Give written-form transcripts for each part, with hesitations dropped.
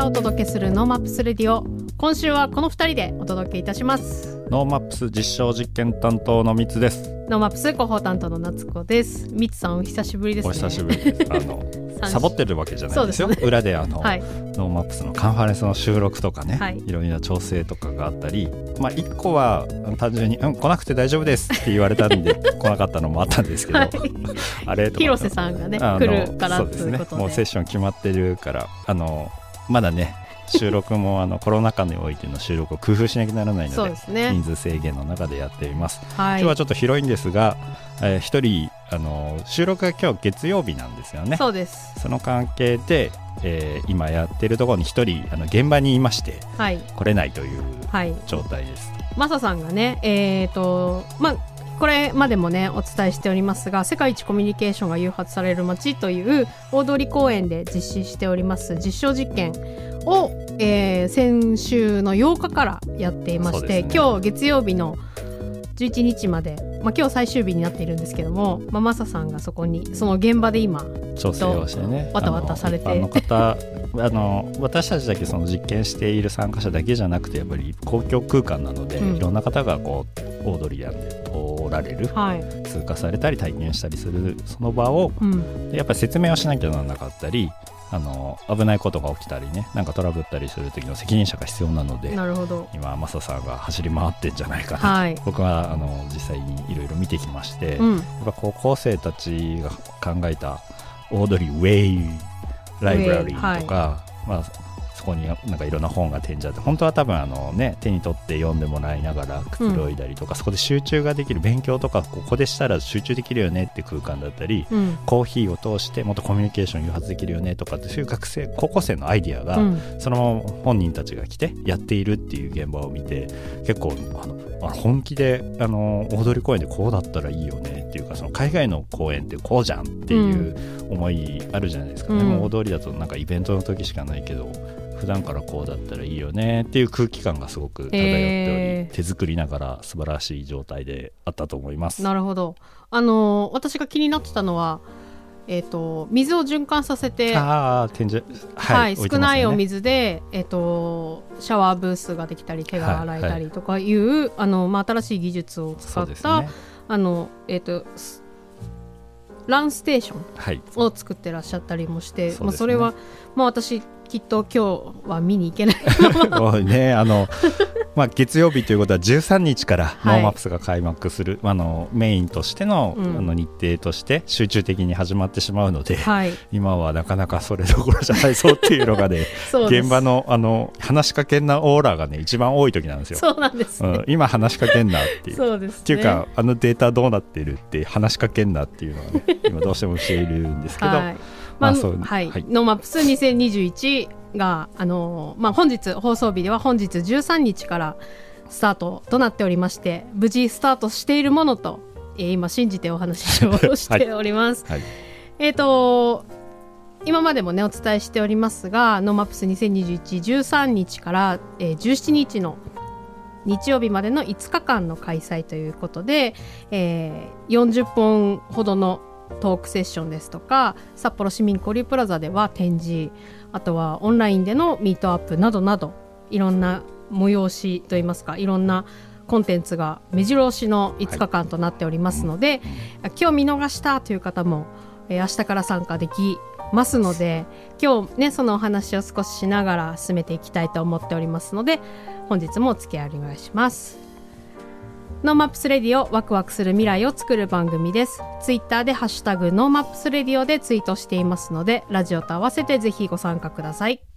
からお届けするノーマップスレディオ。今週はこの2人でお届けいたします。 ノーマップス実証実験担当のミツです。 ノーマップス広報担当の夏子です。ミツさんお久しぶりですね。 お久しぶりですサボってるわけじゃないですよ。裏ではい、ノーマップスのカンファレンスの収録とかね、はい、いろいろな調整とかがあったり、1個は単純に、来なくて大丈夫ですって言われたんで来なかったのもあったんですけど、はい、あれとか広瀬さんがね来るからということで、そうですね、 もうセッション決まってるからまだね収録もコロナ禍においての収録を工夫しなきゃならないの で、ね、人数制限の中でやっています、はい、今日はちょっと広いんですが、一人収録が今日月曜日なんですよね。 そうです。 その関係で、今やってるところに一人現場にいまして、はい、来れないという状態です、はい、 マサさんがねこれまでもねお伝えしておりますが、世界一コミュニケーションが誘発される街という大通公園で実施しております実証実験を、先週の8日からやっていまして、今日月曜日の11日まで、今日最終日になっているんですけども、マサさんがその現場で今調整をしてね、 わたわたされて、 一般の方私たちだけその実験している参加者だけじゃなくて、やっぱり公共空間なので、いろんな方が大通りなんで通られる、はい、通過されたり体験したりするその場を、やっぱり説明をしなきゃならなかったり、危ないことが起きたりね、なんかトラブったりする時の責任者が必要なので、なるほど、今マサさんが走り回ってんじゃないかなと、はい、僕は実際にいろいろ見てきまして、やっぱ高校生たちが考えた大通りウェイライブラリーとか、はい、そこになんかいろんな本が展示あって、本当は多分手に取って読んでもらいながらくつろいだりとか、そこで集中ができる、勉強とかここでしたら集中できるよねって空間だったり、コーヒーを通してもっとコミュニケーション誘発できるよねとかって、そういう高校生のアイディアが、そのまま本人たちが来てやっているっていう現場を見て、結構本気で大通公園でこうだったらいいよねっていうか、その海外の公園ってこうじゃんっていう思いあるじゃないですかね、もう大通りだとなんかイベントの時しかないけど、普段からこうだったらいいよねっていう空気感がすごく漂っており、手作りながら素晴らしい状態であったと思います。 なるほど。私が気になってたのは、水を循環させて、 展示、はい、 少ないお水で、シャワーブースができたり手が洗えたりとかいう、新しい技術を使った、ランステーションを作ってらっしゃったりもして、それは、私きっと今日は見に行けないもうね、月曜日ということは13日からノーマップスが開幕する、メインとしての、日程として集中的に始まってしまうので、今はなかなかそれどころじゃないぞっていうのがね現場の話しかけんなオーラがね一番多い時なんですよ。 そうなんですね、 今話しかけんなっていう、 そうですね、 っていうかデータどうなってるって話しかけんなっていうのはね今どうしてもしているんですけど、ノーマップス2021が、本日放送日では本日13日からスタートとなっておりまして、無事スタートしているものと、今信じてお話をしております、はい、今までもねお伝えしておりますが、ノーマップス2021 13日から、17日の日曜日までの5日間の開催ということで、40本ほどのトークセッションですとか、札幌市民交流プラザでは展示、あとはオンラインでのミートアップなどなど、いろんな催しといいますか、いろんなコンテンツが目白押しの5日間となっておりますので、今日見逃したという方も、明日から参加できますので、今日ねそのお話を少ししながら進めていきたいと思っておりますので、本日もお付き合いお願いします。ノーマップスレディオ、ワクワクする未来を作る番組です。ツイッターでハッシュタグノーマップスレディオでツイートしていますので、ラジオと合わせてぜひご参加ください。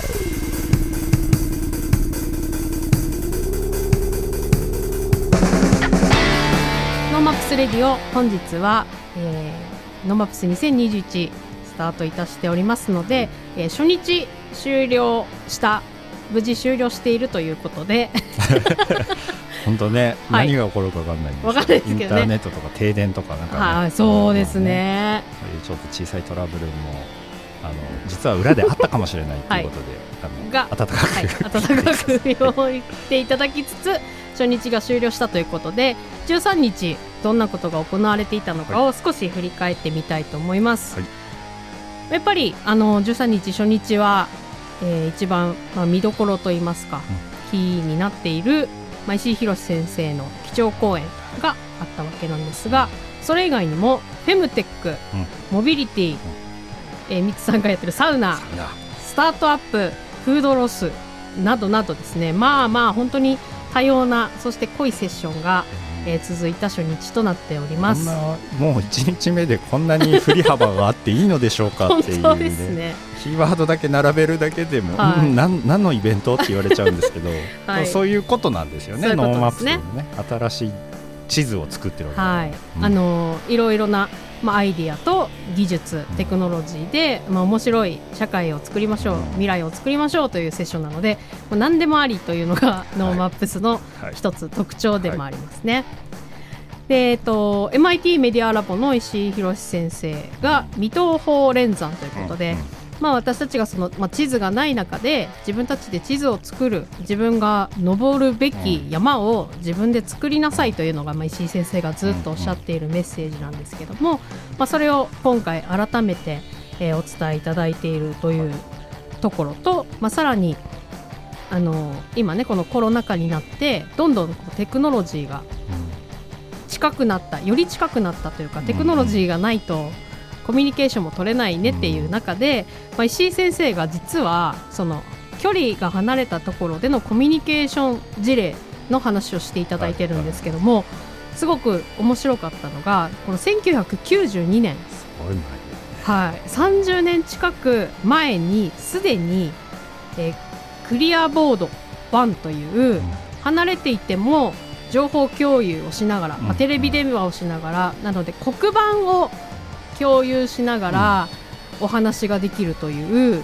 ノーマップスレディオ、本日は、ノーマップス2021スタートいたしておりますので、初日終了した、無事終了しているということで本当ね、何が起こるか分かんないんですけど、インターネットとか停電とかなんか、ね、 そうですね、 そういうちょっと小さいトラブルも実は裏であったかもしれないということで、温かく見守っていただきつつ、初日が終了したということで、13日どんなことが行われていたのかを少し振り返ってみたいと思います、やっぱり13日初日は一番、見どころといいますか、キーになっている、石井宏先生の基調講演があったわけなんですが、それ以外にもフェムテック、モビリティ、ミツさんがやってるサウナ、スタートアップ、フードロスなどなどですね、本当に多様な、そして濃いセッションが、続いた初日となっております。 もう1日目でこんなに振り幅があっていいのでしょうかっていう、 本当ですね。 キーワードだけ並べるだけでも、何のイベントって言われちゃうんですけど、そういうことなんですよね。ノーマップスのね、新しい地図を作ってるわけで、 いろいろな、アイディアと技術、テクノロジーで、面白い社会を作りましょう、未来を作りましょうというセッションなので、何でもありというのがノーマップスの一つ特徴でもありますね。でMIT メディアラボの石井宏先生が未踏法連山ということで、私たちがその、地図がない中で自分たちで地図を作る、自分が登るべき山を自分で作りなさいというのが、石井先生がずっとおっしゃっているメッセージなんですけども、それを今回改めて、お伝えいただいているというところと、さらに今ね、このコロナ禍になってどんどんテクノロジーが近くなった、より近くなったというか、テクノロジーがないとコミュニケーションも取れないねっていう中で、石井先生が実はその距離が離れたところでのコミュニケーション事例の話をしていただいてるんですけども、すごく面白かったのが、この1992年、30年近く前にすでに、クリアボード1という、離れていても情報共有をしながら、テレビ電話をしながら、なので黒板を共有しながらお話ができるという、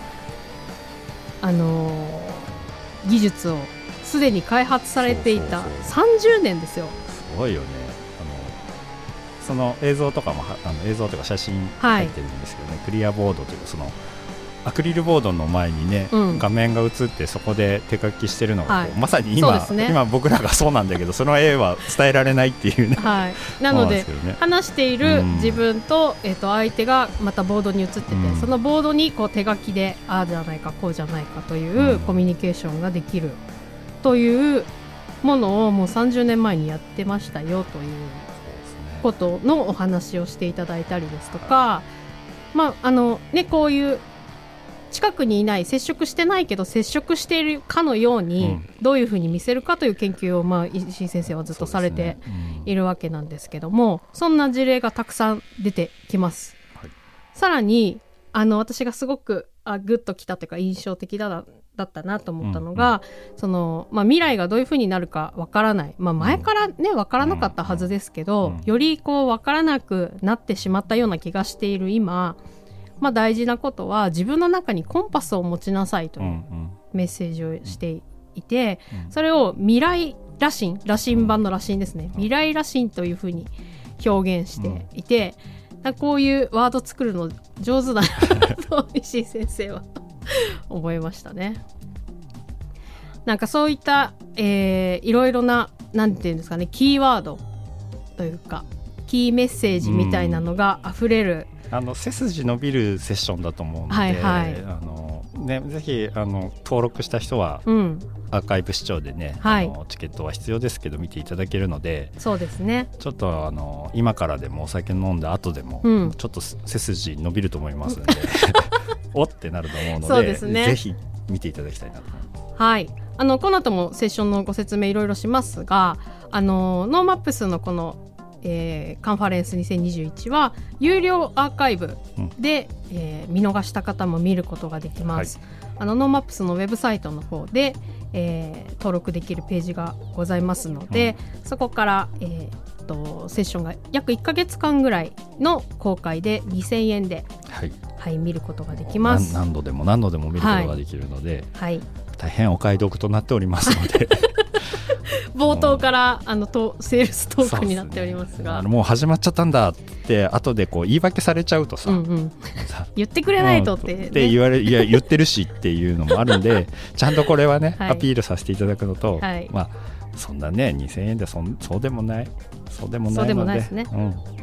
技術をすでに開発されていた。30年ですよ。 すごいよね。その映像とかも映像とか写真入ってるんですけどね、クリアボードというそのアクリルボードの前にね、画面が映ってそこで手書きしてるのが、まさに今僕らがそうなんだけど、その絵は伝えられないっていうね、 なので話している自分と、相手がまたボードに映ってて、そのボードにこう手書きでああじゃないかこうじゃないかというコミュニケーションができるというものをもう30年前にやってましたよということのお話をしていただいたりですとか、こういう近くにいない、接触してないけど接触しているかのようにどういうふうに見せるかという研究を、石井先生はずっとされているわけなんですけども、そんな事例がたくさん出てきます。さらに私がすごくグッときたというか印象的だったなと思ったのが、その未来がどういうふうになるかわからない、前からねわからなかったはずですけど、よりこうわからなくなってしまったような気がしている今、大事なことは自分の中にコンパスを持ちなさいというメッセージをしていて、それを未来羅針、羅針盤の羅針ですね、未来羅針というふうに表現していて、こういうワード作るの上手だなと石井先生は思いましたね。なんかそういった、いろいろな、なんていうんですかね、キーワードというかキーメッセージみたいなのがあふれる、 背筋伸びるセッションだと思うので、ぜひ登録した人は、アーカイブ視聴でね、チケットは必要ですけど見ていただけるので、 そうですね、 ちょっと今からでもお酒飲んだ後でも、ちょっと背筋伸びると思いますのでおってなると思うので、 そうですね、 ぜひ見ていただきたいなと思います。 この後もセッションのご説明いろいろしますが、ノーマップスのこのカンファレンス2021は有料アーカイブで、見逃した方も見ることができます。ノーマップスのウェブサイトの方で、登録できるページがございますので、そこから、セッションが約1ヶ月間ぐらいの公開で2000円で、見ることができます。 何度でも何度でも見ることができるので、大変お買い得となっておりますので冒頭からセールストークになっておりますが、 もう始まっちゃったんだって後でこう言い訳されちゃうとさ、 言ってくれないとって、 って言われ、いや言ってるしっていうのもあるんでちゃんとこれはね、アピールさせていただくのと、 はい、 そんなね2000円でそうでもないので、 ですね、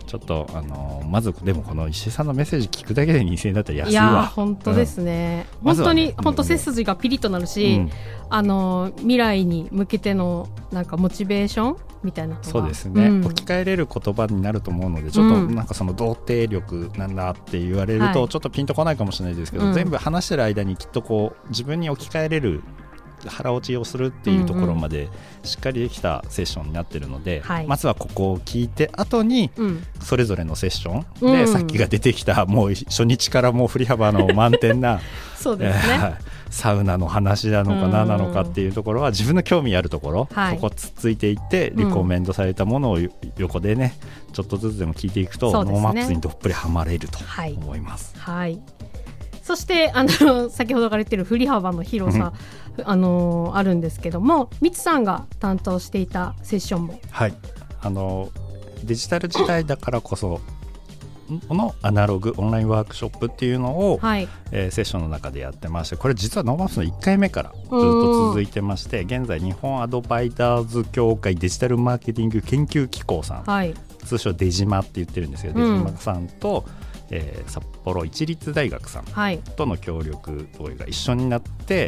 ちょっとまずでもこの石井さんのメッセージ聞くだけで2000円だったら安いわ。 いや本当ですね、本当に、本当背筋がピリッとなるし、未来に向けてのなんかモチベーションみたいなのがそうですね、置き換えれる言葉になると思うので、ちょっとなんかその童貞力なんだって言われるとちょっとピンとこないかもしれないですけど、全部話してる間にきっとこう自分に置き換えれる腹落ちをするっていうところまでしっかりできたセッションになってるので、まずはここを聞いて後にそれぞれのセッションで、さっきが出てきたもう初日からもう振り幅の満点なそうですね、 サウナの話なのか何なのかっていうところは自分の興味あるところ、そこつっついていってリコメンドされたものを横でねちょっとずつでも聞いていくと、ノーマップスにどっぷりはまれると思います。 そして先ほどから言ってる振り幅の広さあるんですけども、ミツさんが担当していたセッションも、 デジタル時代だからこそのアナログオンラインワークショップっていうのを、セッションの中でやってまして、これ実はノーマップスの1回目からずっと続いてまして、現在日本アドバイザーズ協会デジタルマーケティング研究機構さん、通称デジマって言ってるんですけど、デジマさんと札幌市立大学さんとの協力が一緒になって、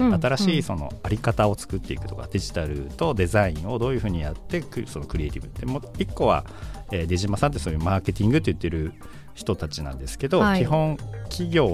新しいそのあり方を作っていくとか、デジタルとデザインをどういうふうにやってそのクリエイティブでもう一個は、出島さんってそういうマーケティングって言ってる人たちなんですけど、基本企業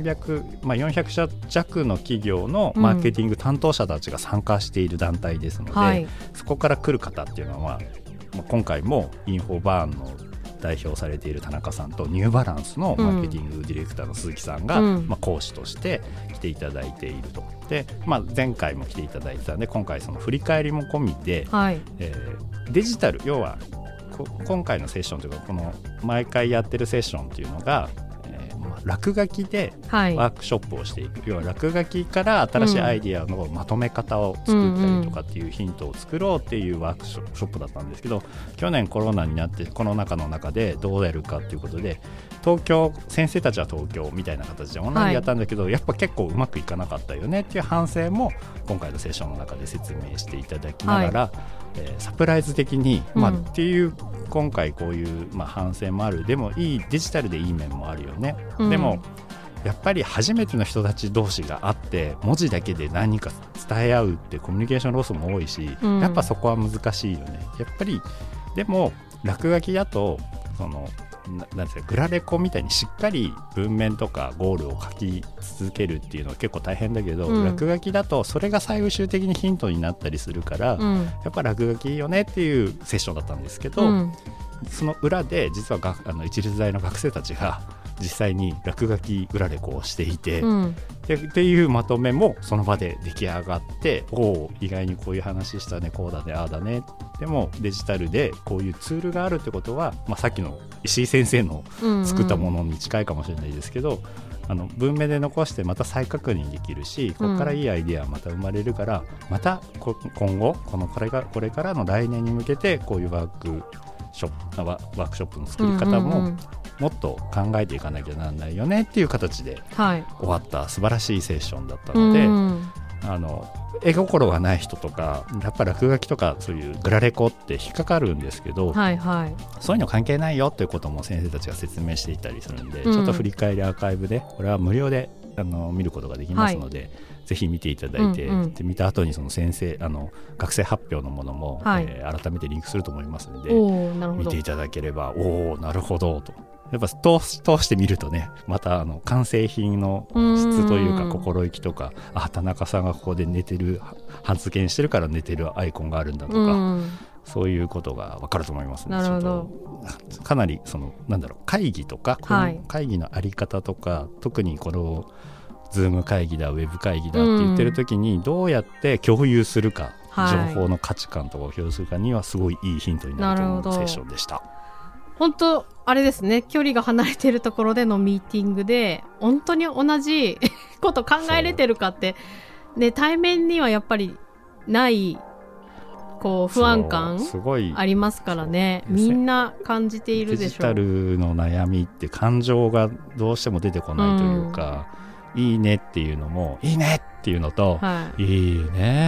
300、400社弱の企業のマーケティング担当者たちが参加している団体ですので、そこから来る方っていうのは、今回もインフォバーンの代表されている田中さんとニューバランスのマーケティングディレクターの鈴木さんが、講師として来ていただいていると。で、前回も来ていただいてたんで、今回その振り返りも込みで、デジタル、要は今回のセッションというか、この毎回やってるセッションというのが、落書きでワークショップをしていく、要は落書きから新しいアイディアのまとめ方を作ったりとかっていうヒントを作ろうっていうワークショップだったんですけど、去年コロナになってコロナ禍の中でどうやるかっていうことで、東京先生たちは東京みたいな形でオンラインでやったんだけど、やっぱ結構うまくいかなかったよねっていう反省も今回のセッションの中で説明していただきながら、サプライズ的に、っていう今回こういう、反省もある、でもいいデジタルでいい面もあるよね、でもやっぱり初めての人たち同士が会って文字だけで何か伝え合うってコミュニケーションロスも多いし、やっぱそこは難しいよね。やっぱりでも落書きだとそのなんですか、グラレコみたいにしっかり文面とかゴールを書き続けるっていうのは結構大変だけど、落書きだとそれが最終的にヒントになったりするから、やっぱ落書きいいよねっていうセッションだったんですけど、その裏で実は一律大の学生たちが実際に落書きグラレコをしていて、っていうまとめもその場で出来上がって、意外にこういう話したね、こうだね、ああだね、でもデジタルでこういうツールがあるってことは、さっきの石井先生の作ったものに近いかもしれないですけど、文明で残してまた再確認できるし、ここからいいアイデアまた生まれるから、また今後これからの来年に向けてこういうワークショップの作り方ももっと考えていかなきゃならないよねっていう形で終わった素晴らしいセッションだったので、絵心がない人とかやっぱ落書きとかそういうグラレコって引っかかるんですけど、そういうの関係ないよっていうことも先生たちが説明していたりするんで、ちょっと振り返りアーカイブでこれは無料で見ることができますので、ぜひ見ていただいて、で見た後にその学生発表のものも、改めてリンクすると思いますので、見ていただければなるほどと。やっぱ通してみるとね、また完成品の質というか心意気とか、田中さんがここで寝てる発言してるから寝てるアイコンがあるんだとか、そういうことが分かると思いますね。 なるほど。 かなり会議とか、この会議のあり方とか、特にこのズーム会議だウェブ会議だって言ってる時にどうやって共有するか、情報の価値観とかを共有するかにはすごいいいヒントになると思うセッションでした。 本当あれですね、距離が離れているところでのミーティングで本当に同じこと考えれてるかって、ね、対面にはやっぱりない不安感ありますからね。みんな感じているでしょう。デジタルの悩みって感情がどうしても出てこないというか、いいねっていうのもいいねっていうのと、いいね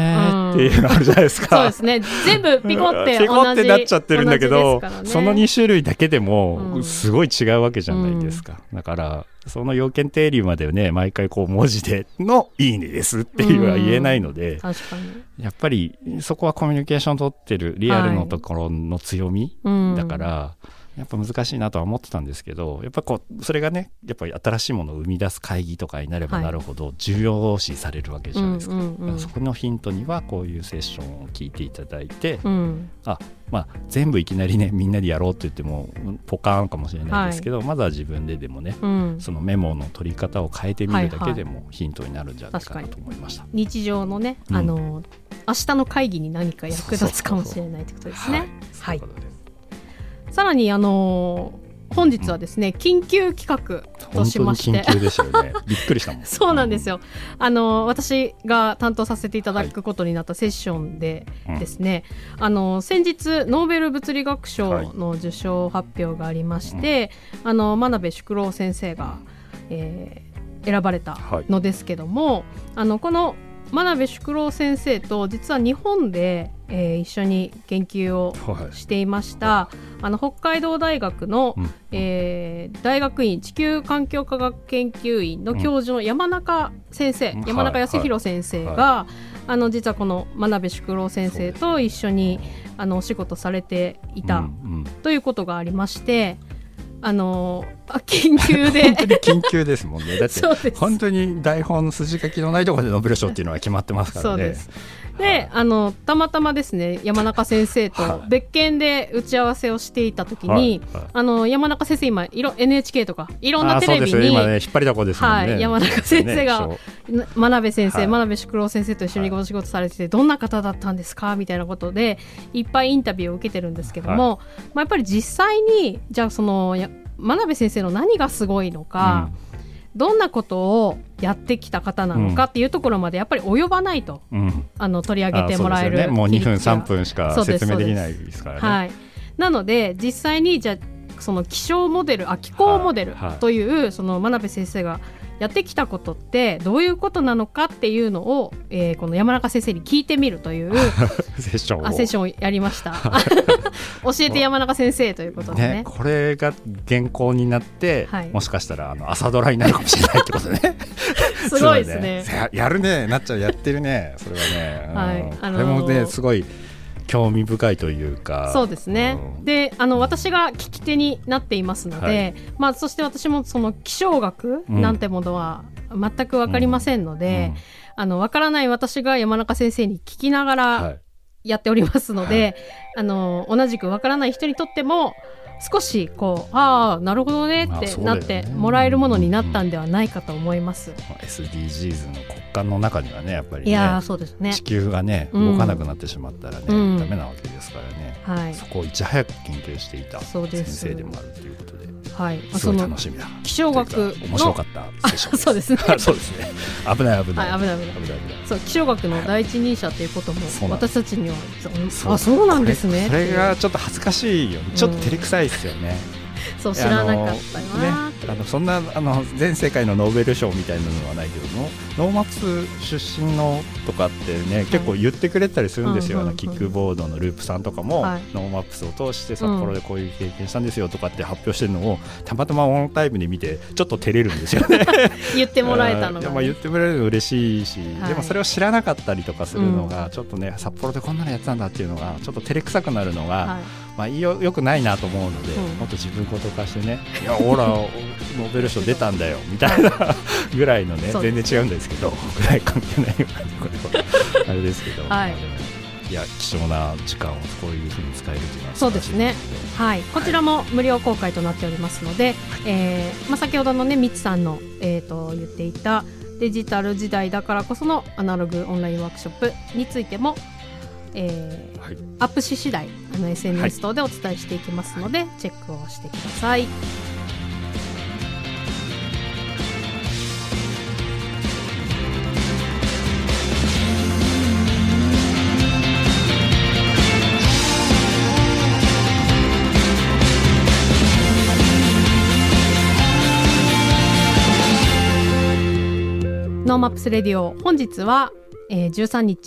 いうのあるじゃないですか、 そうですね、全部ピコって同じピコってなっちゃってるんだけど、 ね、 その2種類だけでもすごい違うわけじゃないですか、だからその要件定理までね毎回こう文字でのいいねですっていうのは言えないので、 確かにやっぱりそこはコミュニケーション取ってるリアルのところの強み、だからやっぱ難しいなとは思ってたんですけど、やっぱこうそれがねやっぱり新しいものを生み出す会議とかになればなるほど重要視されるわけじゃないですか、そこのヒントにはこういうセッションを聞いていただいて、全部いきなりねみんなでやろうって言ってもポカーンかもしれないですけど、まずは自分ででもね、そのメモの取り方を変えてみるだけでもヒントになるんじゃないかなと思いました。 日常のね、明日の会議に何か役立つかもしれないということですね。はい、さらに本日はですね、緊急企画としまして、 本当に緊急でしたよねびっくりしたもんそうなんですよ、私が担当させていただくことになったセッションでですね、先日ノーベル物理学賞の受賞発表がありまして、真鍋淑郎先生が、選ばれたのですけども、この真鍋淑郎先生と実は日本で、一緒に研究をしていました、北海道大学の、大学院地球環境科学研究院の教授の山中先生、山中康弘先生が、実はこの真鍋淑郎先生と一緒にお仕事されていた、ということがありまして、緊急で本当に緊急ですもんね。だって本当に台本筋書きのないところでノーベル賞っていうのは決まってますからね。 そうです。で、たまたまですね山中先生と別件で打ち合わせをしていた時に、山中先生今NHK とかいろんなテレビに、 今ね引っ張りだこですもんね、 山中先生が、真鍋先生、真鍋淑郎先生と一緒にお仕事されてて、どんな方だったんですかみたいなことでいっぱいインタビューを受けてるんですけども、やっぱり実際にじゃあその真鍋先生の何がすごいのか、どんなことをやってきた方なのかっていうところまでやっぱり及ばないと、取り上げてもらえる、 もう2分3分しか説明できないですからね。 なので実際にじゃあその気候モデルという、その真鍋先生がやってきたことってどういうことなのかっていうのを、この山中先生に聞いてみるというセッションをやりました教えて山中先生ということで ね、 これが原稿になって、もしかしたら朝ドラになるかもしれないってことねすごいですねやるね、なっちゃう、やってるねそれはね、これもねすごい興味深いというか。 そうですね、で私が聞き手になっていますので、そして私もその気象学なんてものは全く分かりませんので、分からない私が山中先生に聞きながらやっておりますので、同じく分からない人にとっても少しこうなるほどねってなってもらえるものになったんではないかと思います。 SDGs の骨幹の中にはねやっぱりね、 いやそうですね、 地球がね動かなくなってしまったらね、ダメなわけですからね、そこをいち早く研究していた先生でもあるということで、すごい楽しみだ。 気象学の面白かったセッションです。そうですねそうですね、危ないそう、気象学の第一人者ということも私たちにはそうなんですね。 それがちょっと恥ずかしいよ、ちょっと照れくさいですよね。 そう知らなかったよな、 そんな全世界のノーベル賞みたいなのはないけどノーマップス出身のとかってね、結構言ってくれたりするんですよ、キックボードのループさんとかも、ノーマップスを通して札幌でこういう経験したんですよとかって発表してるのをたまたまオンタイムで見てちょっと照れるんですよね言ってもらえたのが、 言ってもらえるの嬉しいし、でもそれを知らなかったりとかするのが、ちょっとね札幌でこんなのやってたんだっていうのがちょっと照れくさくなるのが、よくないなと思うので、もっと自分事化してね、いやほらノーベル賞出たんだよみたいなぐらいのね、全然違うんですけどぐらい関係ないようなあれですけど、いや貴重な時間をこういうふうに使えるというのはそうですね、こちらも無料公開となっておりますので、先ほどのねみちさんの、言っていたデジタル時代だからこそのアナログオンラインワークショップについてもアップし次第SNS 等でお伝えしていきますので、チェックをしてください。ノーマップスレディオ、本日は、13日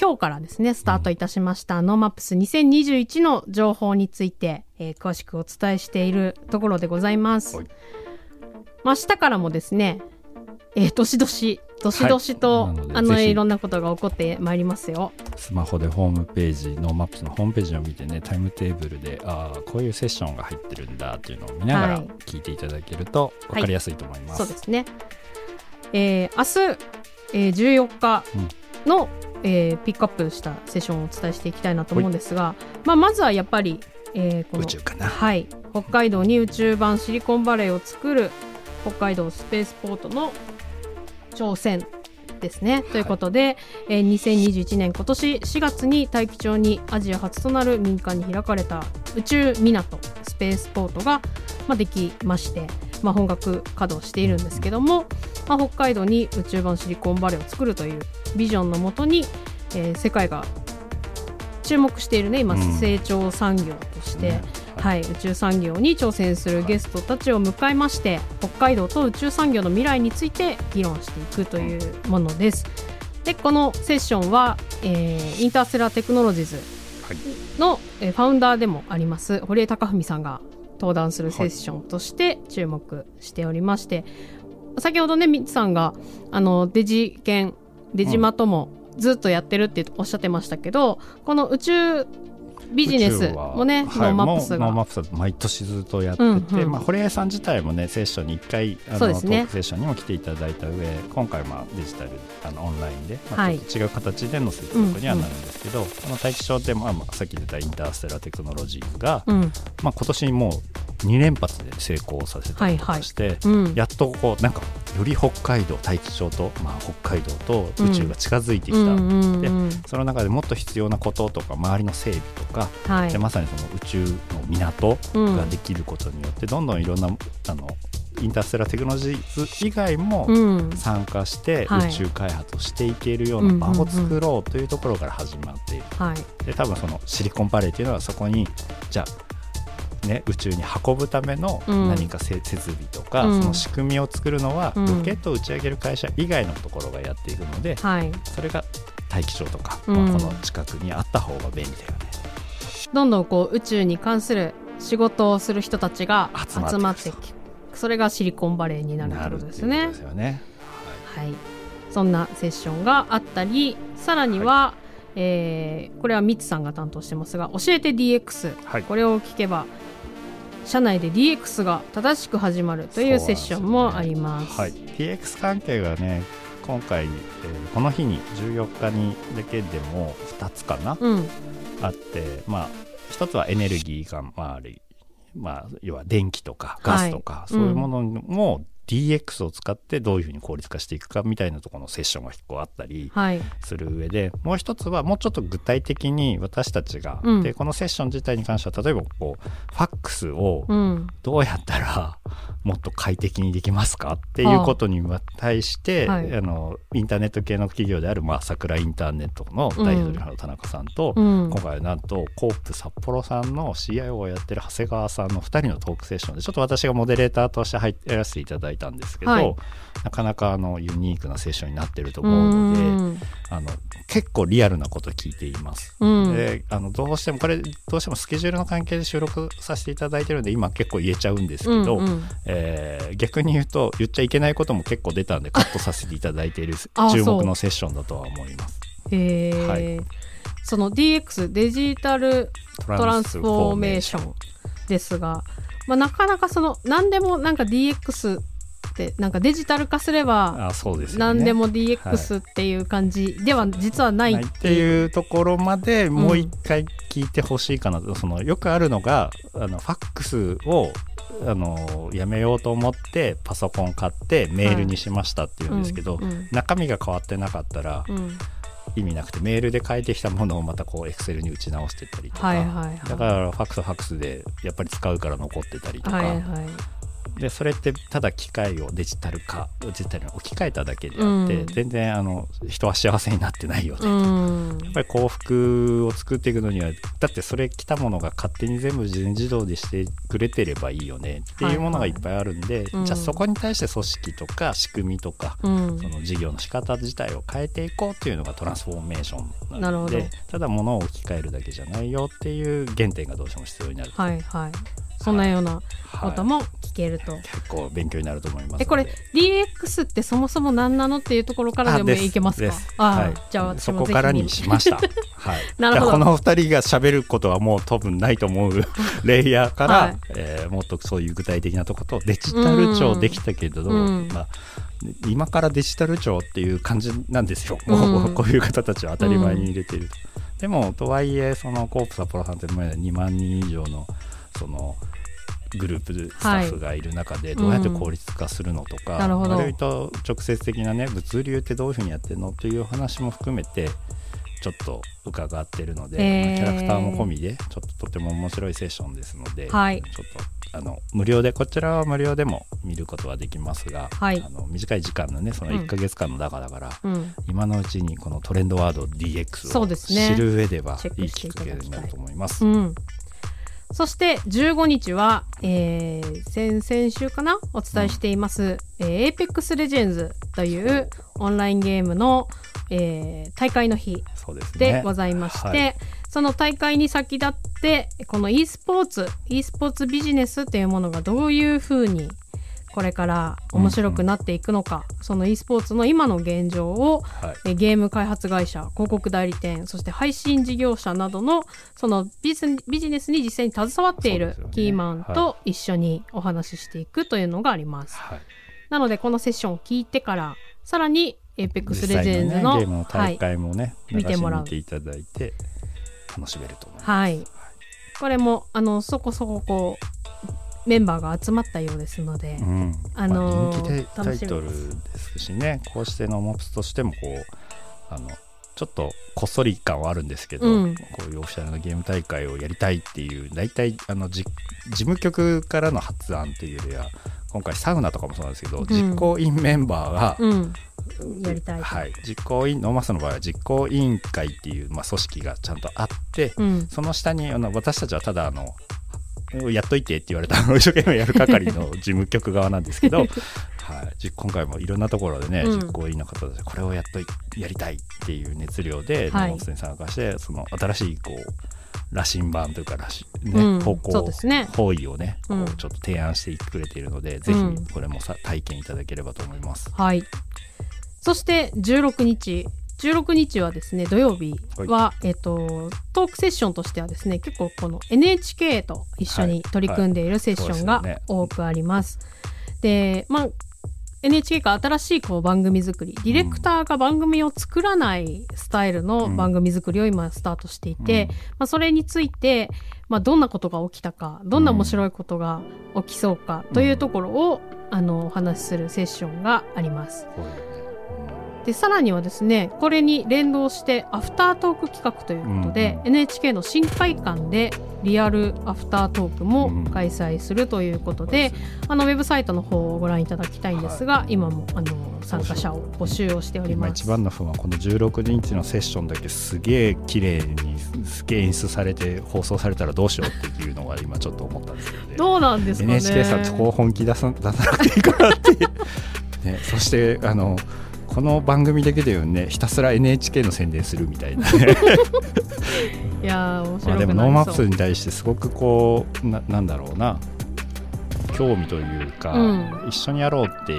今日からですねスタートいたしました、ノーマップス2021の情報について、詳しくお伝えしているところでございます。明日からもですね、どしどしと、はい、いろんなことが起こってまいりますよ。 スマホでホームページ、ノーマップスのホームページを見てね、タイムテーブルでこういうセッションが入ってるんだっていうのを見ながら聞いていただけると分かりやすいと思います。 はい、そうですね。明日、14日の、ピックアップしたセッションをお伝えしていきたいなと思うんですが、まずはやっぱり、この宇宙かな、 はい、北海道に宇宙版シリコンバレーを作る北海道スペースポートの挑戦ですね、はい、ということで、2021年今年4月に大樹町にアジア初となる民間に開かれた宇宙港スペースポートが、できまして、本格稼働しているんですけども、北海道に宇宙版シリコンバレーを作るというビジョンのもとに、世界が注目しているね今、成長産業として、はい、宇宙産業に挑戦するゲストたちを迎えまして、北海道と宇宙産業の未来について議論していくというものです。でこのセッションは、インターステラーテクノロジーズの、ファウンダーでもあります堀江貴文さんが登壇するセッションとして注目しておりまして、先ほどねミッツさんがデジマともずっとやってるっておっしゃってましたけど、この宇宙ビジネスもね、ノーマップスがノーマップスは毎年ずっとやってて、堀江さん自体もねセッションに1回トークセッションにも来ていただいた上、今回デジタルオンラインで、ちょっと違う形での接続にはなるんですけど、この大樹町でも、さっき出たインターステラーテクノロジーズが、今年もう2連発で成功させたりとかして、やっとこうなんかより北海道大樹町と、北海道と宇宙が近づいてきた、でその中でもっと必要なこととか周りの整備とか、でまさにその宇宙の港ができることによって、どんどんいろんなインターステラーテクノロジーズ以外も参加して宇宙開発をしていけるような場を作ろうというところから始まっている、で多分そのシリコンバレーというのはそこにじゃあ宇宙に運ぶための何か設備とか、その仕組みを作るのはロケットを打ち上げる会社以外のところがやっているので、それが大気町とか、この近くにあった方が便利だよね。 どんどんこう宇宙に関する仕事をする人たちが集まってそれがシリコンバレーになるということですね。はい、そんなセッションがあったり、さらには、これはミッツさんが担当してますが、教えて DX、これを聞けば社内で DX が正しく始まるというセッションもあります。 DX 関係がね今回、この日に14日にだけでも2つかな、あって、一つはエネルギーが周り、要は電気とかガスとか、そういうものもDX を使ってどういうふうに効率化していくかみたいなところのセッションが結構あったりする上で、もう一つはもうちょっと具体的に私たちが、でこのセッション自体に関しては例えばこうファックスをどうやったらもっと快適にできますかっていうことに対して、インターネット系の企業である桜インターネットの代表の田中さんと、今回はなんとコープ札幌さんの CIO をやってる長谷川さんの2人のトークセッションで、ちょっと私がモデレーターとして入らせていただいたんですけど、なかなかユニークなセッションになっていると思うので、結構リアルなことを聞いています。でどうしてもスケジュールの関係で収録させていただいているので今結構言えちゃうんですけど、逆に言うと言っちゃいけないことも結構出たんでカットさせていただいている注目のセッションだとは思います。 その DX デジタルトランスフォーメーションですが、なかなか何でもなんか DX ってなんかデジタル化すれば何でも DX っていう感じでは実はないっていうところまでもう一回聞いてほしいかなと。よくあるのがファックスをやめようと思ってパソコン買ってメールにしましたっていうんですけど、中身が変わってなかったら意味なくて、メールで書いてきたものをまたこう Excel に打ち直してたりとか、だからファックスでやっぱり使うから残ってたりとか、 でそれってただ機械をデジタルに置き換えただけであって、全然人は幸せになってないよね、やっぱり幸福を作っていくのにはだってそれ来たものが勝手に全部全自動でしてくれてればいいよねっていうものがいっぱいあるんで、じゃあそこに対して組織とか仕組みとか、その事業の仕方自体を変えていこうっていうのがトランスフォーメーションなので、ただ物を置き換えるだけじゃないよっていう原点がどうしても必要になる。 そんなようなことも聞けると、 結構勉強になると思いますので。 これ DX ってそもそも何なのっていうところからでもいけますか？じゃあ私もぜひそこからにしました。 なるほど。 この2人が喋ることはもう多分ないと思うレイヤーから、もっとそういう具体的なところとデジタル庁できたけれど、今からデジタル庁っていう感じなんですよ、もうこういう方たちは当たり前に入れていると、でもとはいえそのコープ札幌さんって2万人以上のそのグループスタッフがいる中でどうやって効率化するのとか、割と直接的なね物流ってどういうふうにやってるのという話も含めてちょっと伺ってるので、キャラクターも込みでちょっととても面白いセッションですので、ちょっと無料でこちらは無料でも見ることはできますが、短い時間のねその1ヶ月間の中だから、今のうちにこのトレンドワード DX を知る上ではいいきっかけになると思います。 そして15日は、先々週かなお伝えしています、Apex Legends というオンラインゲームの、大会の日でございまして、その大会に先立ってこの e スポーツビジネスというものがどういうふうにこれから面白くなっていくのか、その e スポーツの今の現状を、ゲーム開発会社、広告代理店、そして配信事業者などのそのビジネスに実際に携わっているキーマンと一緒にお話ししていくというのがあります。なのでこのセッションを聞いてからさらに Apex Legends のゲームの大会もね、見ていただいて楽しめると思います。 これもそこそここうメンバーが集まったようですので、 人気タイトルですしね、こうしてノーマップスとしてもこうちょっとこっそり感はあるんですけど、こういうオフィシャルなゲーム大会をやりたいっていう大体事務局からの発案というよりは、今回サウナとかもそうなんですけど、実行委員メンバーが、 やりたい、 実行委員ノーマスの場合は実行委員会っていう、組織がちゃんとあって、その下に私たちはただやっといてって言われた一生懸命やる係の事務局側なんですけど今回もいろんなところでね、実行委員の方たちこれをやりたいっていう熱量でノーマスに参加して、その新しいこう羅針盤というか方位をね、こうちょっと提案してくれているので、ぜひこれも体験いただければと思います。 そして16日はですね、土曜日は、トークセッションとしてはですね、結構この NHK と一緒に取り組んでいるセッションが多くあります。で、NHK が新しいこう番組作り、ディレクターが番組を作らないスタイルの番組作りを今スタートしていて、それについて、どんなことが起きたか、どんな面白いことが起きそうかというところを、お話しするセッションがあります。でさらにはですね、これに連動してアフタートーク企画ということで、NHK の新会館でリアルアフタートークも開催するということで、ウェブサイトの方をご覧いただきたいんですが、今も参加者を募集をしております。 一番の不安はこの16日のセッションだけすげえ綺麗にすげえ演出されて放送されたらどうしようっていうのが今ちょっと思ったんですけどね。 どうなんですかね。 NHK さんそこを本気出さなくていいかなっていう、そしてこの番組だけでね、ひたすら NHK の宣伝するみたいなねいや面白くなりそう。 でもノーマップスに対してすごくこうなんだろうな、興味というか、一緒にやろうっていう、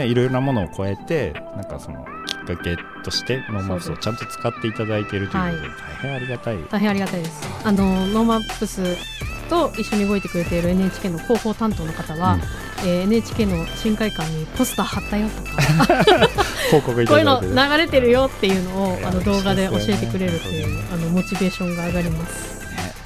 いろいろなものを超えて、なんかそのきっかけとしてノーマップスをちゃんと使っていただいているということで、大変ありがたい。 大変ありがたいです。ノーマップスと一緒に動いてくれている NHK の広報担当の方は、NHK の新会館にポスター貼ったよとか報告いただいて、 こういうの流れてるよっていうのを動画で教えてくれるというモチベーションが上がります。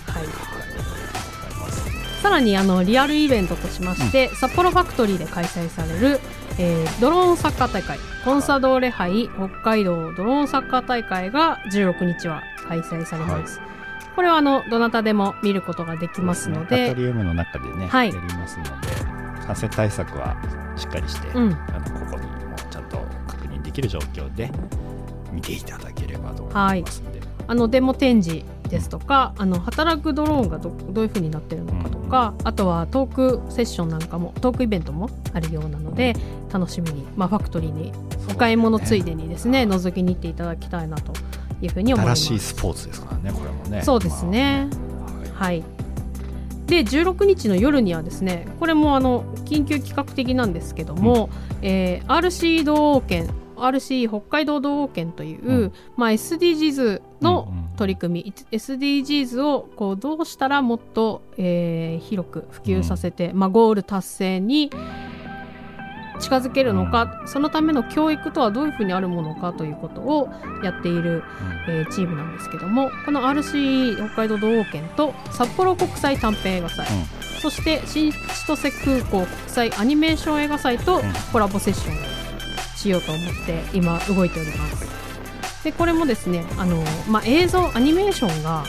さらにリアルイベントとしまして、札幌ファクトリーで開催される、ドローンサッカー大会、コンサドーレ杯北海道ドローンサッカー大会が16日は開催されます。これはどなたでも見ることができますので、 アトリウムの中でね、やりますので、 感染対策はしっかりして、ここにもちゃんと確認できる状況で見ていただければと思いますので、 デモ展示ですとか、働くドローンがどういう風になってるのかとか、あとはトークセッションなんかも、トークイベントもあるようなので、楽しみに、ファクトリーにお買い物ついでにですね、覗きに行っていただきたいなというふうに思います。 新しいスポーツですからね、これもね。 そうですね、はい、で16日の夜にはですね、これも緊急企画的なんですけども、RC 道央圏、RC 北海道道央圏という、SDGs の取り組み、SDGs をこうどうしたらもっと、広く普及させて、ゴール達成に近づけるのか、そのための教育とはどういうふうにあるものかということをやっている、チームなんですけども、この RC 北海道道央圏と札幌国際短編映画祭、そして新千歳空港国際アニメーション映画祭とコラボセッションをしようと思って今動いております。でこれもですね、映像アニメーションが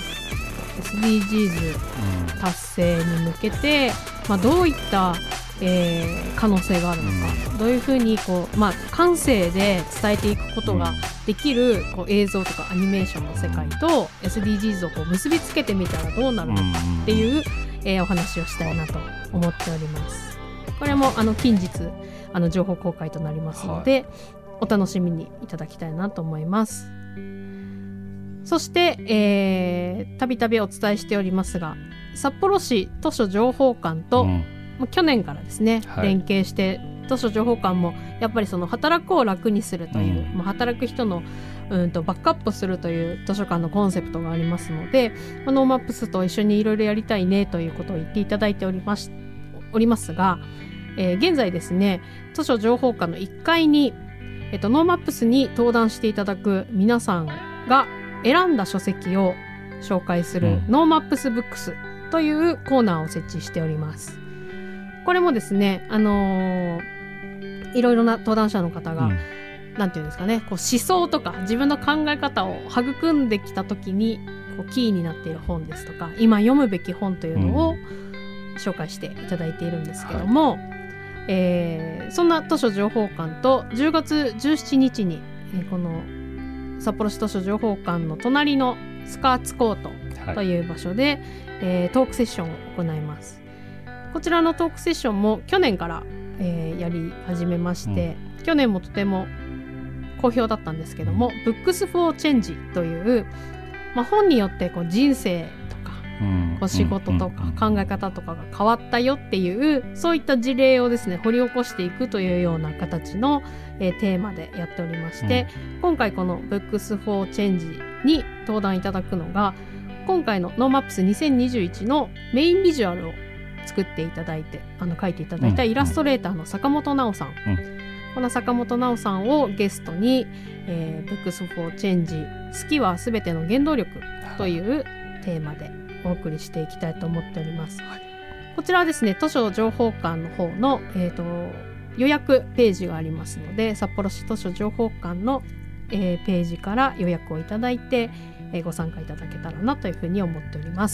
SDGs 達成に向けて、どういった可能性があるのか、どういうふうに感性で伝えていくことができる映像とかアニメーションの世界と SDGs を結びつけてみたらどうなるのかっていう、お話をしたいなと思っております。これも近日情報公開となりますので、お楽しみにいただきたいなと思います。そしてたびたびお伝えしておりますが、札幌市図書情報館と、去年からですね、連携して図書情報館もやっぱりその働くを楽にするという、働く人のバックアップするという図書館のコンセプトがありますので、ノーマップスと一緒にいろいろやりたいねということを言っていただいておりますが、現在ですね、図書情報館の1階に、ノーマップスに登壇していただく皆さんが選んだ書籍を紹介する、ノーマップスブックスというコーナーを設置しております。これもですね、いろいろな登壇者の方が、なんていうんですかね、思想とか自分の考え方を育んできた時にキーになっている本ですとか、今読むべき本というのを紹介していただいているんですけども、そんな図書情報館と10月17日に、この札幌市図書情報館の隣のスカーツコートという場所で、トークセッションを行います。こちらのトークセッションも去年から、やり始めまして、去年もとても好評だったんですけども、Books for Change という、本によって人生とか、仕事とか考え方とかが変わったよっていう、そういった事例をですね掘り起こしていくというような形の、テーマでやっておりまして、今回この Books for Change に登壇いただくのが、今回のノーマップス2021のメインビジュアルを作っていただいて、書いていただいたイラストレーターの坂本直さん、この坂本直さんをゲストに、Books for Change 好きはすべての原動力というテーマでお送りしていきたいと思っております。こちらはですね、図書情報館の方の、予約ページがありますので、札幌市図書情報館の、ページから予約をいただいて、ご参加いただけたらなというふうに思っております。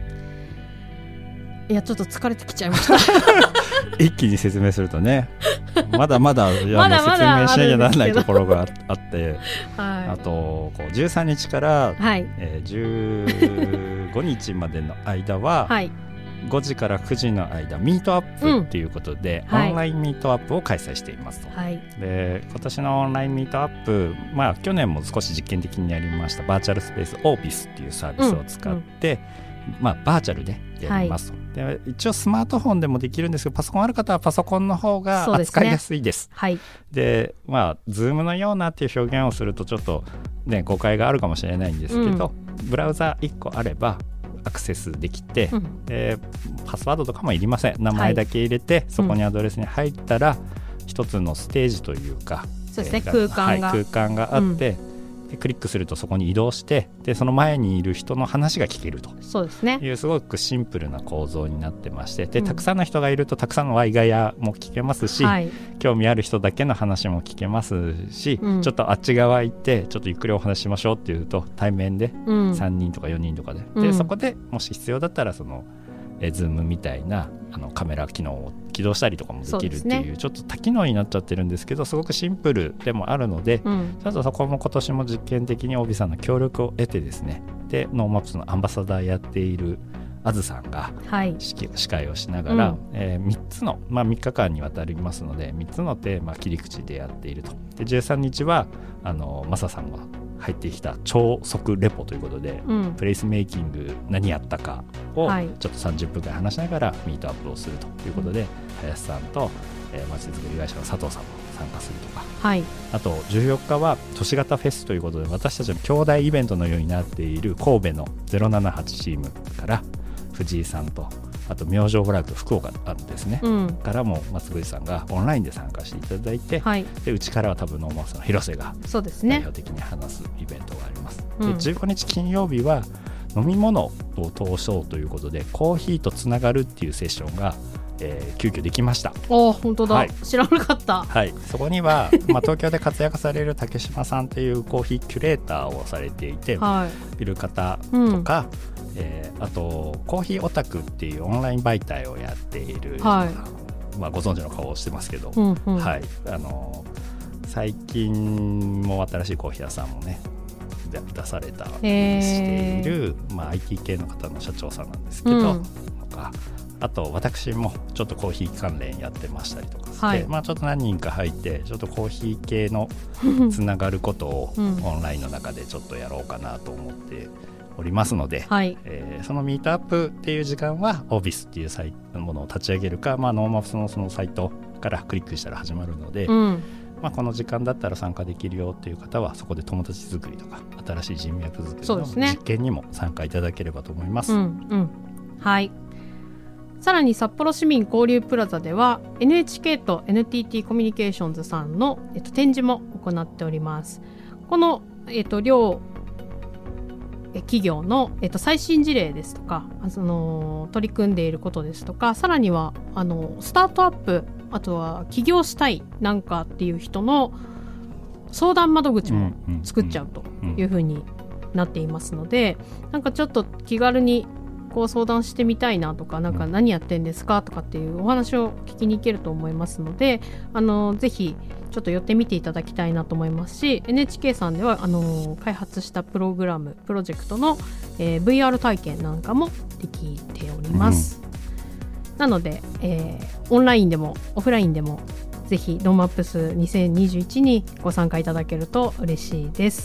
いや、ちょっと疲れてきちゃいました一気に説明するとね、まだまだ説明しなきゃならないところがあって、あと13日から、15日までの間は、5時から9時の間ミートアップっていうことで、オンラインミートアップを開催していますと。で今年のオンラインミートアップ、去年も少し実験的にやりましたバーチャルスペースオービスっていうサービスを使って、バーチャルでやりますと。で一応スマートフォンでもできるんですけど、パソコンある方はパソコンの方が扱いやすいです。でズームのようなっていう表現をするとちょっとね誤解があるかもしれないんですけど、ブラウザ1個あればアクセスできて、パスワードとかもいりません。名前だけ入れて、そこにアドレスに入ったら一つのステージというか、空間があって、でクリックするとそこに移動して、でその前にいる人の話が聞けるというすごくシンプルな構造になってまして、でたくさんの人がいるとたくさんのワイガヤも聞けますし、興味ある人だけの話も聞けますし、ちょっとあっち側行ってちょっとゆっくりお話ししましょうっていうと対面で3人とか4人とかで、でそこでもし必要だったらその Zoom みたいなカメラ機能を起動したりとかもできるっていう、ちょっと多機能になっちゃってるんですけど、すごくシンプルでもあるので、ちょっとそこも今年も実験的に帯さんの協力を得てですね、でノーマップスのアンバサダーやっているあずさんが司会をしながら、3つの、3日間にわたりますので3つのテーマ切り口でやっていると。で13日はマサさんが入ってきた超速レポということで、プレイスメイキング何やったかをちょっと30分くらい話しながらミートアップをするということで、林さんとまちづくり会社の佐藤さんも参加するとか、あと14日は都市型フェスということで、私たちの兄弟イベントのようになっている神戸の078チームから藤井さんと、あと明星フラッグ福岡ですね、からも松口さんがオンラインで参加していただいて、でうちからは多分ノーマップスの広瀬が代表的に話すイベントがあります。で15日金曜日は飲み物を通そうということで、コーヒーとつながるっていうセッションが急遽できました。 本当だ、知らなかった。 そこには、東京で活躍される竹島さんというコーヒーキュレーターをされていて、いる方とか、あとコーヒーオタクっていうオンライン媒体をやっている、ご存知の顔をしてますけど、最近も新しいコーヒー屋さんもね出されたりしている、IT 系の方の社長さんなんですけど、とかあと私もちょっとコーヒー関連やってましたりとかして、ちょっと何人か入ってちょっとコーヒー系のつながることをオンラインの中でちょっとやろうかなと思っておりますので、そのミートアップっていう時間はオービスっていうものを立ち上げるか、ノーマップスのそのサイトからクリックしたら始まるので、この時間だったら参加できるよっていう方はそこで友達作りとか新しい人脈作りの実験にも参加いただければと思います。 さらに札幌市民交流プラザでは NHK と NTT コミュニケーションズさんの、展示も行っております。この、両企業の、最新事例ですとか、取り組んでいることですとか、さらにはスタートアップ、あとは起業したいなんかっていう人の相談窓口も作っちゃうというふうになっていますので、なんかちょっと気軽にこう相談してみたいなとか、なんか何やってんですかとかっていうお話を聞きに行けると思いますので、ぜひちょっと寄ってみていただきたいなと思いますし、 NHK さんでは開発したプロジェクトの、VR 体験なんかもできております。なので、オンラインでもオフラインでもぜひノーマップス2021にご参加いただけると嬉しいです。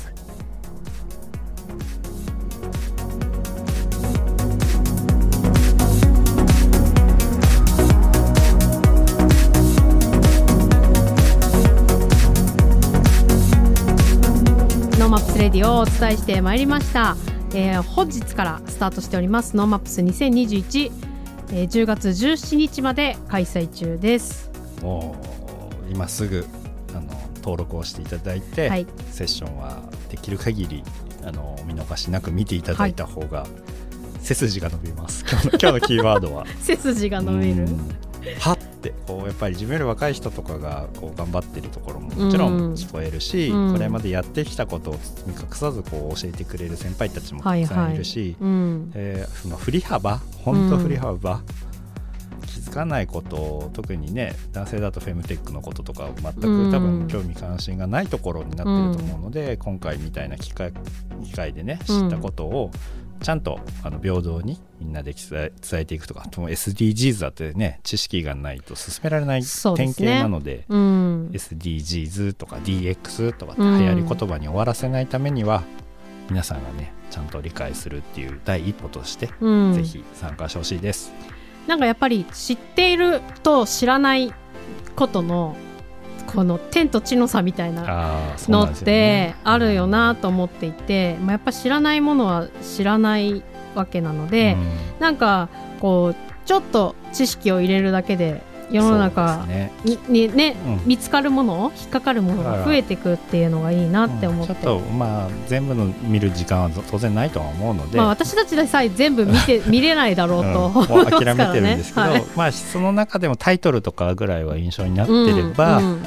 ノーマップスレディをお伝えしてまいりました。本日からスタートしておりますノーマップス2021、10月17日まで開催中です。 今すぐ登録をしていただいて、セッションはできる限り見逃しなく見ていただいた方が背筋が伸びます。今日のキーワードは背筋が伸びる。 はってこうやっぱり自分より若い人とかがこう頑張ってるところももちろん聞こえるし、これまでやってきたことを包み隠さずこう教えてくれる先輩たちもたくさんいるし、その振り幅、本当振り幅、気づかないことを、特にね男性だとフェムテックのこととか全く多分興味関心がないところになってると思うので、今回みたいな機会でね知ったことをちゃんと平等にみんなで伝えていくとか、SDGs だってね知識がないと進められない典型なので、SDGs とか DX とかって流行り言葉に終わらせないためには、皆さんがねちゃんと理解するっていう第一歩として、ぜひ参加してほしいです。 なんかやっぱり知っていると知らないことのこの天と地の差みたいなのってあるよなと思っていて、やっぱ知らないものは知らないわけなので、なんかこうちょっと知識を入れるだけで世の中にね、見つかるもの、引っかかるものが増えていくっていうのがいいなって思って、 ちょっと全部の見る時間は当然ないとは思うので、 私たちでさえ全部見れないだろうと思いますからね。 諦めてるんですけど、その中でもタイトルとかぐらいは印象になってれば、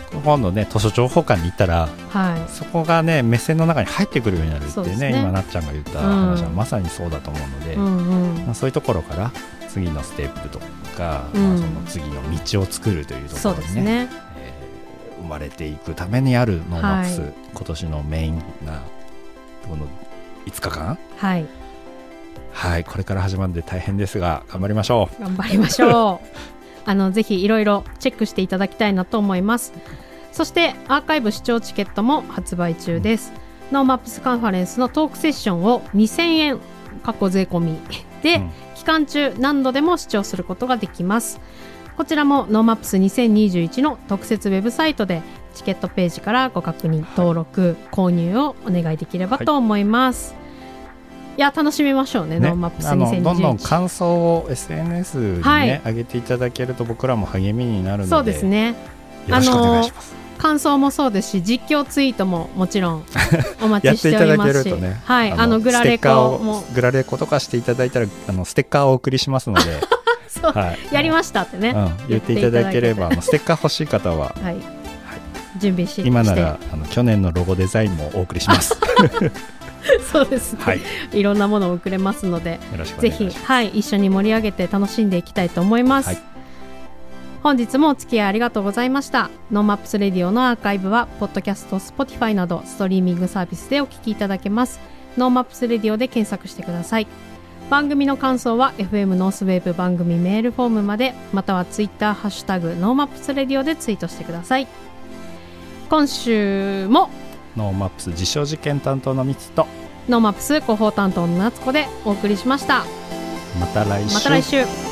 今度ね図書情報館に行ったら、 はい、 そこがね目線の中に入ってくるようになるってね、今なっちゃんが言った話はまさにそうだと思うので、そういうところから次のステップとか、その次の道を作るというところにね、生まれていくためにあるノーマックス、今年のメインなこの5日間、はい、これから始まるんで大変ですが頑張りましょう。 頑張りましょうぜひいろいろチェックしていただきたいなと思います。そしてアーカイブ視聴チケットも発売中です。ノーマップスカンファレンスのトークセッションを2000円過去税込みで、期間中何度でも視聴することができます。こちらもノーマップス2021の特設ウェブサイトでチケットページからご確認、登録、購入をお願いできればと思います。いや楽しみましょう ねノーマップス2021。 どんどん感想を SNS にね、上げていただけると僕らも励みになるので、 そうですね、 よろしくお願いします。 感想もそうですし実況ツイートももちろんお待ちしておりますしやっていただけるとね、 はい、グラレコもグラレコとかしていただいたらステッカーをお送りしますのでそう、はい、やりましたってね、 言っていただければステッカー欲しい方は、はい準備して今なら去年のロゴデザインもお送りしますそうですね、いろんなものを送れますので、 よろしくお願いします。 ぜひ、一緒に盛り上げて楽しんでいきたいと思います。本日もお付き合いありがとうございました。ノーマップスレディオのアーカイブはポッドキャスト、Spotify などストリーミングサービスでお聞きいただけます。ノーマップスレディオで検索してください。番組の感想は FM ノースウェーブ番組メールフォームまで、またはツイッターハッシュタグノーマップスレディオでツイートしてください。今週もノーマップス実証実験担当のみつとノーマップス広報担当の夏子でお送りしました。 また来週。